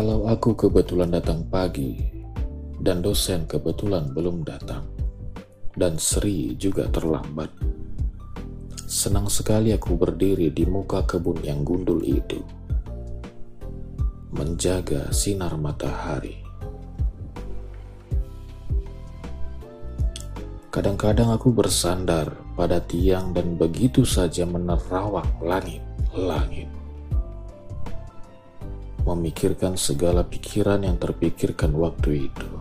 Kalau aku kebetulan datang pagi dan dosen kebetulan belum datang dan Sri juga terlambat, senang sekali aku berdiri di muka kebun yang gundul itu, menjaga sinar matahari. Kadang-kadang aku bersandar pada tiang dan begitu saja menerawang langit-langit, memikirkan segala pikiran yang terpikirkan waktu itu.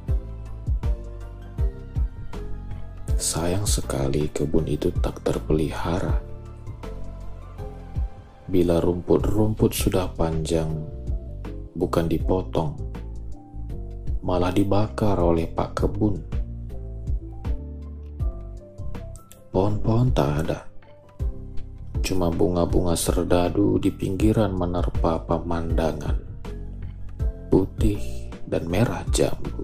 Sayang sekali kebun itu tak terpelihara. Bila rumput-rumput sudah panjang, bukan dipotong, malah dibakar oleh Pak Kebun. Pohon-pohon tak ada, cuma bunga-bunga serdadu di pinggiran menerpa pemandangan putih dan merah jambu.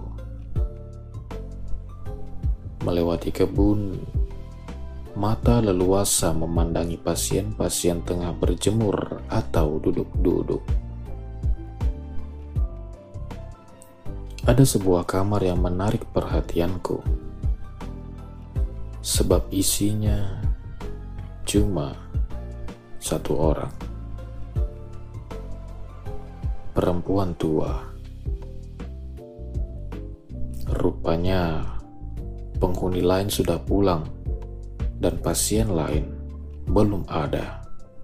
Melewati kebun, mata leluasa memandangi pasien-pasien tengah berjemur atau duduk-duduk. Ada sebuah kamar yang menarik perhatianku, sebab isinya cuma satu orang, perempuan tua. Rupanya penghuni lain sudah pulang dan pasien lain belum ada.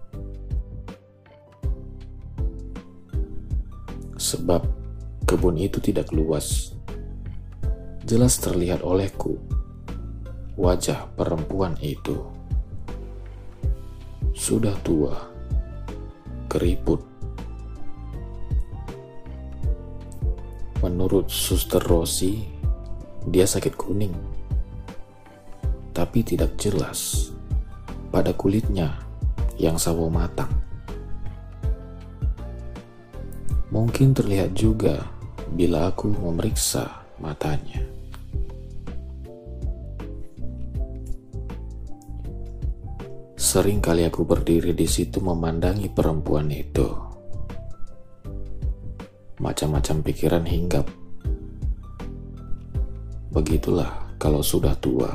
Sebab kebun itu tidak luas, jelas terlihat olehku wajah perempuan itu. Sudah tua, keriput. Menurut Suster Rosi, dia sakit kuning, tapi tidak jelas pada kulitnya yang sawo matang. Mungkin terlihat juga bila aku memeriksa matanya. Sering kali aku berdiri di situ memandangi perempuan itu. Macam-macam pikiran hinggap. Begitulah kalau sudah tua.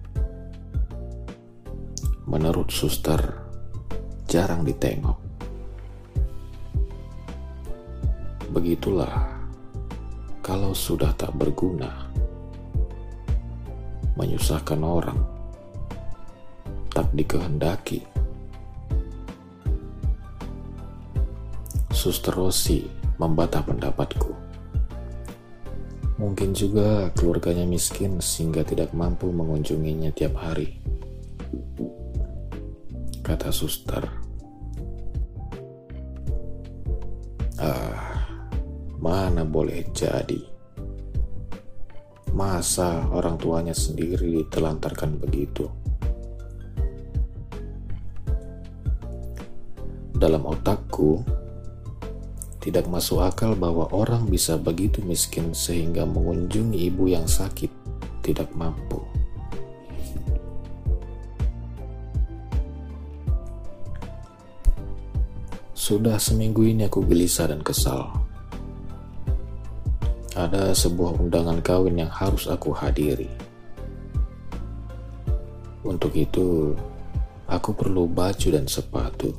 Menurut suster, jarang ditengok. Begitulah kalau sudah tak berguna, menyusahkan orang, tak dikehendaki. Suster Rosi membantah pendapatku. Mungkin juga keluarganya miskin sehingga tidak mampu mengunjunginya tiap hari, kata suster. Mana boleh jadi. Masa orang tuanya sendiri ditelantarkan begitu? Dalam otakku, tidak masuk akal bahwa orang bisa begitu miskin sehingga mengunjungi ibu yang sakit, tidak mampu. Sudah seminggu ini aku gelisah dan kesal. Ada sebuah undangan kawin yang harus aku hadiri. Untuk itu, aku perlu baju dan sepatu.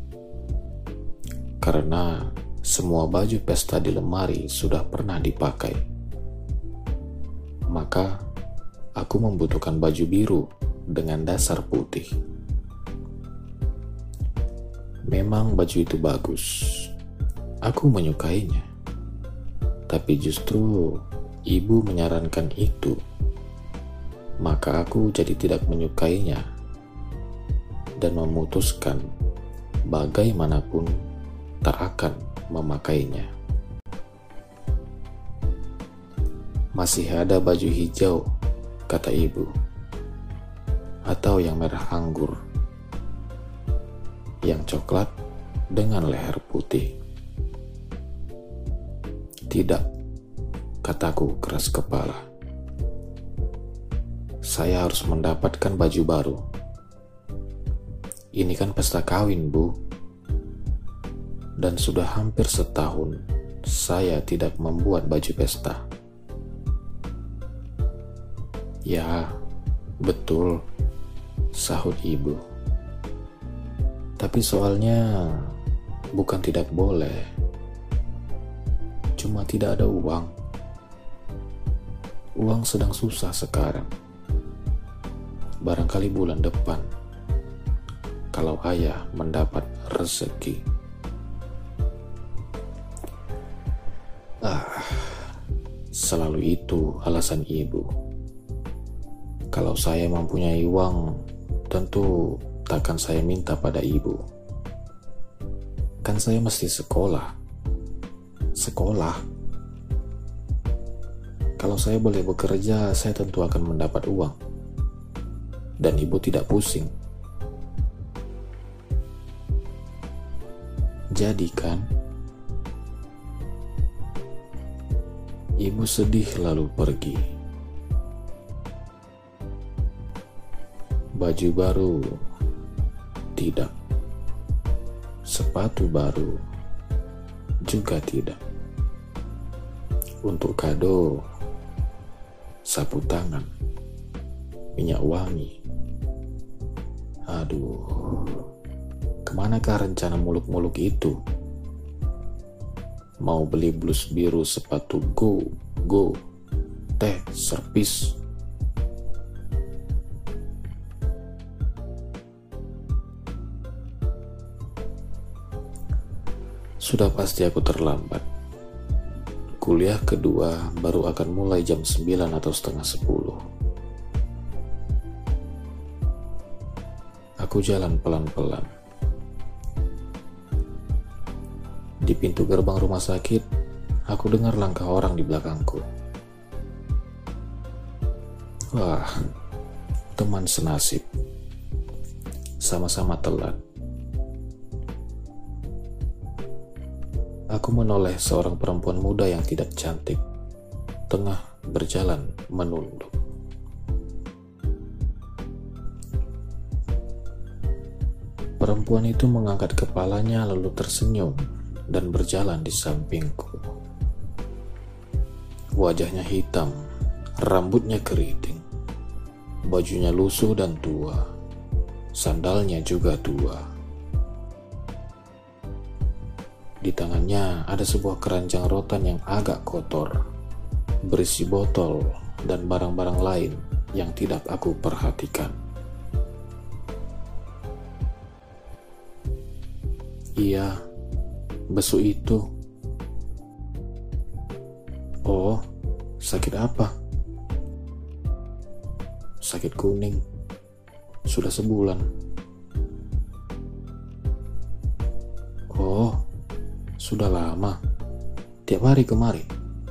Karena semua baju pesta di lemari sudah pernah dipakai. Maka, aku membutuhkan baju biru dengan dasar putih. Memang baju itu bagus. Aku menyukainya. Tapi justru ibu menyarankan itu. Maka aku jadi tidak menyukainya dan memutuskan bagaimanapun tak akan memakainya. Masih ada baju hijau, kata ibu, atau yang merah anggur, yang coklat dengan leher putih. Tidak, kataku keras kepala. Saya harus mendapatkan baju baru. Ini kan pesta kawin, Bu. Dan sudah hampir setahun saya tidak membuat baju pesta. Ya, betul, sahut ibu. Tapi soalnya bukan tidak boleh, cuma tidak ada uang. Uang sedang susah sekarang. Barangkali bulan depan, kalau ayah mendapat rezeki. Selalu itu alasan ibu. Kalau saya mempunyai uang, tentu takkan saya minta pada ibu. Kan saya mesti sekolah. Kalau saya boleh bekerja, saya tentu akan mendapat uang. Dan ibu tidak pusing. Jadi kan, ibu sedih lalu pergi. Baju baru tidak, sepatu baru juga tidak. Untuk kado, sapu tangan, minyak wangi. Aduh, kemanakah rencana muluk-muluk itu? Mau beli blus biru, sepatu go, teh, servis. Sudah pasti aku terlambat. Kuliah kedua baru akan mulai jam 9 atau setengah 10. Aku jalan pelan-pelan. Di pintu gerbang rumah sakit, aku dengar langkah orang di belakangku. Wah, teman senasib. Sama-sama telat. Aku menoleh seorang perempuan muda yang tidak cantik, tengah berjalan menunduk. Perempuan itu mengangkat kepalanya lalu tersenyum dan berjalan di sampingku. Wajahnya hitam, rambutnya keriting, bajunya lusuh dan tua, sandalnya juga tua. Di tangannya ada sebuah keranjang rotan yang agak kotor, berisi botol dan barang-barang lain yang tidak aku perhatikan. Iya, besu itu. Oh, sakit apa? Sakit kuning. Sudah sebulan. Oh, sudah lama. Tiap hari kemari?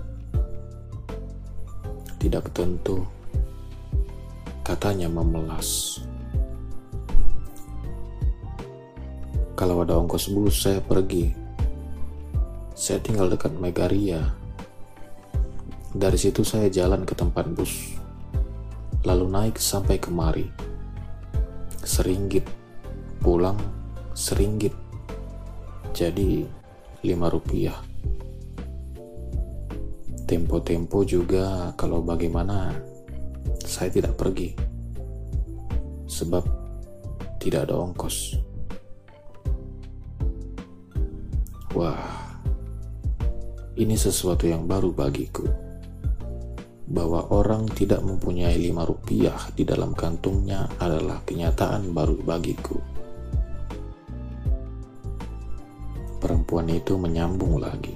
Tidak tentu. Katanya memelas. Kalau ada ongkos bus, saya pergi. Saya tinggal dekat Megaria. Dari situ saya jalan ke tempat bus, lalu naik sampai kemari. Seringgit, pulang seringgit. Jadi 5 rupiah. Tempo-tempo juga kalau bagaimana saya tidak pergi, sebab tidak ada ongkos. Wah, ini sesuatu yang baru bagiku, bahwa orang tidak mempunyai 5 rupiah di dalam kantungnya adalah kenyataan baru bagiku. Perempuan itu menyambung lagi.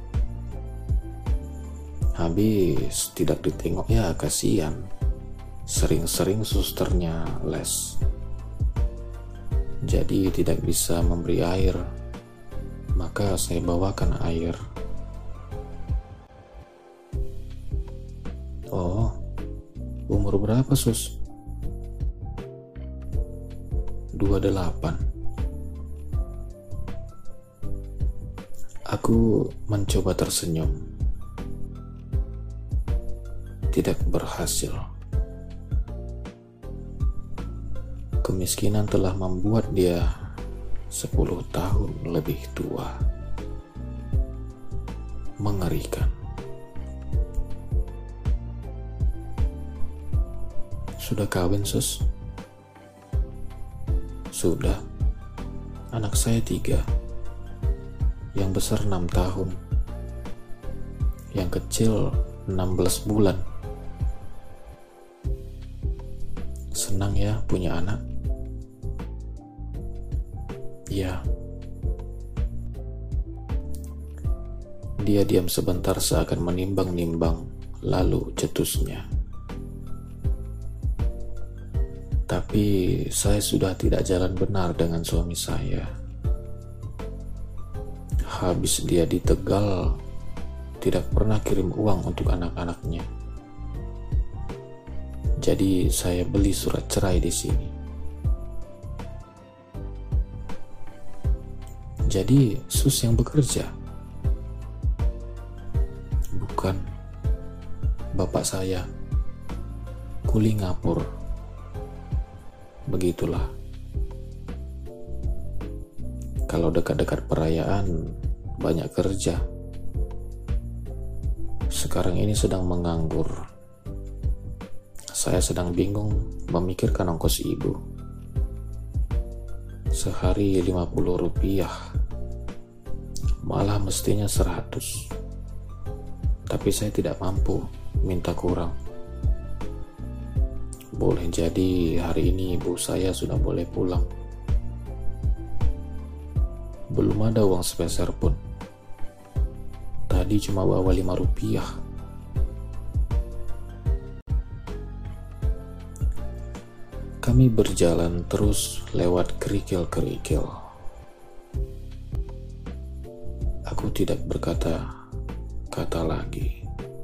Habis tidak ditengok, ya kasihan. Sering-sering susternya les, jadi tidak bisa memberi air. Maka saya bawakan air. Oh, umur berapa, Sus? 28. Aku mencoba tersenyum. Tidak berhasil. Kemiskinan telah membuat dia 10 tahun lebih tua. mengerikan. Sudah kawin, Sus? Sudah. Anak saya 3. Yang besar 6 tahun. Yang kecil 16 bulan. Senang ya punya anak? Ya. Dia diam sebentar seakan menimbang-nimbang, lalu cetusnya. Tapi saya sudah tidak jalan benar dengan suami saya. Habis dia di Tegal, tidak pernah kirim uang untuk anak-anaknya. Jadi saya beli surat cerai di sini. Jadi Sus yang bekerja? Bukan. Bapak saya kuli ngapur. Begitulah. Kalau dekat-dekat perayaan banyak kerja. Sekarang ini sedang menganggur. Saya sedang bingung memikirkan ongkos ibu. Sehari 50 rupiah. Malah mestinya 100. Tapi saya tidak mampu minta kurang. Boleh jadi hari ini ibu saya sudah boleh pulang. Belum ada uang sepeser pun. Tadi cuma bawa 5 rupiah. Kami berjalan terus lewat kerikil-kerikil. Aku tidak berkata-kata lagi.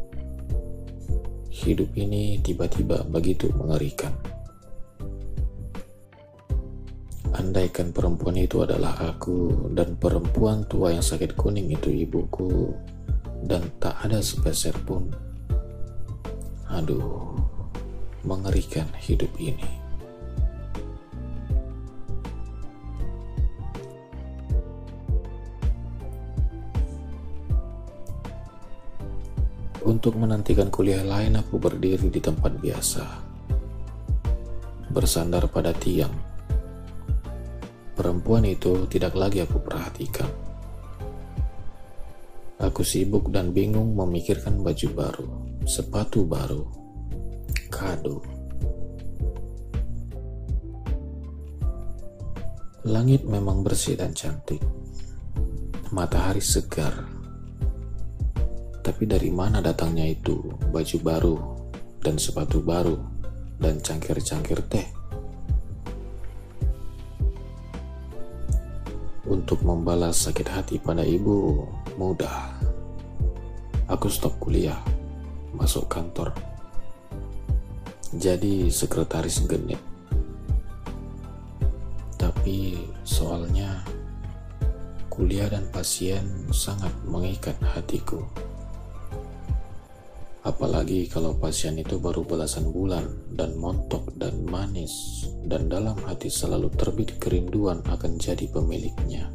Hidup ini tiba-tiba begitu mengerikan. Andaikan perempuan itu adalah aku dan perempuan tua yang sakit kuning itu ibuku dan tak ada sepeser pun. Aduh, mengerikan hidup ini. Untuk menantikan kuliah lain, aku berdiri di tempat biasa, bersandar pada tiang. Perempuan itu tidak lagi aku perhatikan. Aku sibuk dan bingung memikirkan baju baru, sepatu baru, kado. Langit memang bersih dan cantik, matahari segar. Tapi dari mana datangnya itu baju baru dan sepatu baru dan cangkir-cangkir teh? Untuk membalas sakit hati pada ibu mudah. Aku stop kuliah, masuk kantor. Jadi sekretaris genit. Tapi soalnya kuliah dan pasien sangat mengikat hatiku. Apalagi kalau pasien itu baru belasan bulan dan montok dan manis dan dalam hati selalu terbit kerinduan akan jadi pemiliknya.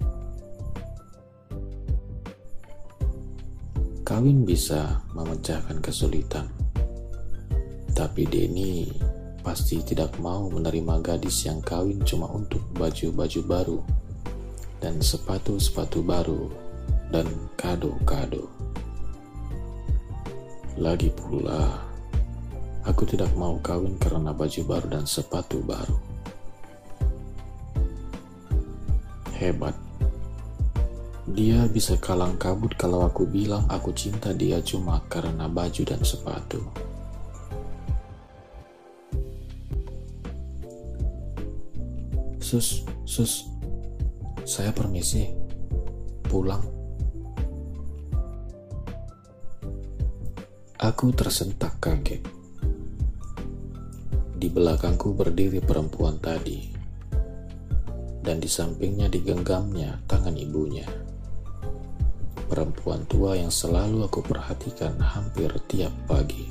Kawin bisa memecahkan kesulitan, tapi Denny pasti tidak mau menerima gadis yang kawin cuma untuk baju-baju baru dan sepatu-sepatu baru dan kado-kado. Lagi pula, aku tidak mau kawin karena baju baru dan sepatu baru. Hebat. Dia bisa kalang kabut kalau aku bilang aku cinta dia cuma karena baju dan sepatu. Sus, saya permisi, pulang. Aku tersentak kaget. Di belakangku berdiri perempuan tadi, dan di sampingnya digenggamnya tangan ibunya. Perempuan tua yang selalu aku perhatikan hampir tiap pagi.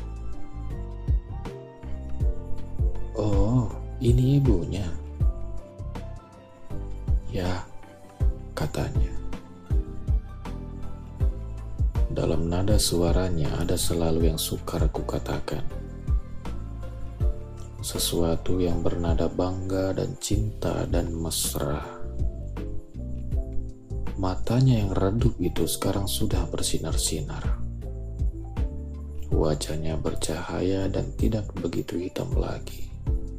Oh, ini ibunya. Ya, katanya. suaranya ada selalu yang sukar aku katakan. Sesuatu yang bernada bangga dan cinta dan mesra. Matanya yang redup itu sekarang sudah bersinar-sinar. Wajahnya bercahaya dan tidak begitu hitam lagi.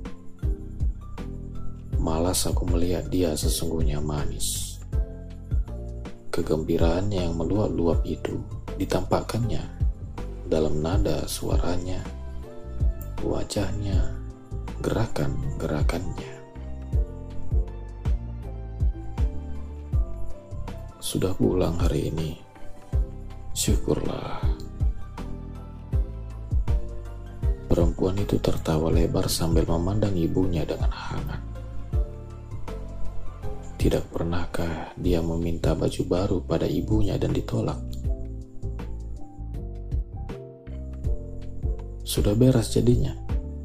Malas aku melihat dia sesungguhnya manis. Kegembiraannya yang meluap-luap itu ditampakkannya dalam nada suaranya, wajahnya, gerakan-gerakannya. Sudah pulang hari ini. Syukurlah. Perempuan itu tertawa lebar sambil memandang ibunya dengan hangat. Tidak pernahkah dia meminta baju baru pada ibunya dan ditolak? Sudah beres jadinya?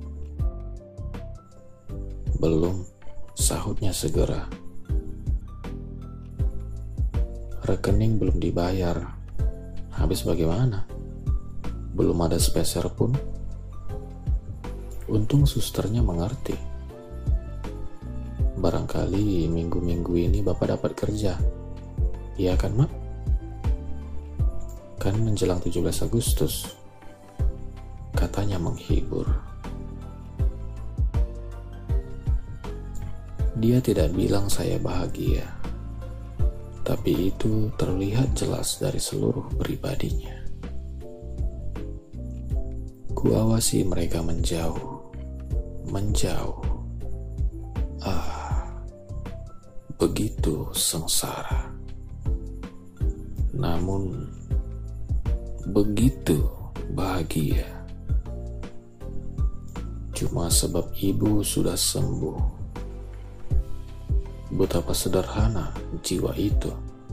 Belum, sahutnya segera. Rekening belum dibayar. Habis bagaimana? Belum ada sepeser pun. Untung susternya mengerti. Barangkali minggu-minggu ini Bapak dapat kerja. Iya kan, Mak? Kan menjelang 17 Agustus. Katanya menghibur. Dia tidak bilang saya bahagia. Tapi itu terlihat jelas dari seluruh pribadinya. Kuawasi mereka menjauh. Begitu sengsara. Namun begitu bahagia. Cuma sebab ibu sudah sembuh. Betapa sederhana jiwa itu.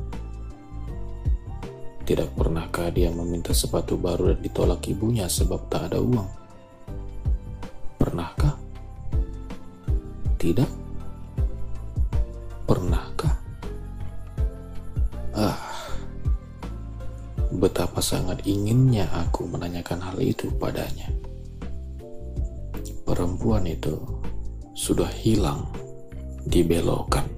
Tidak pernahkah dia meminta sepatu baru dan ditolak ibunya sebab tak ada uang? Pernahkah? Tidak? Pernahkah? Betapa sangat inginnya aku menanyakan hal itu padanya. Perempuan itu sudah hilang dibelokkan.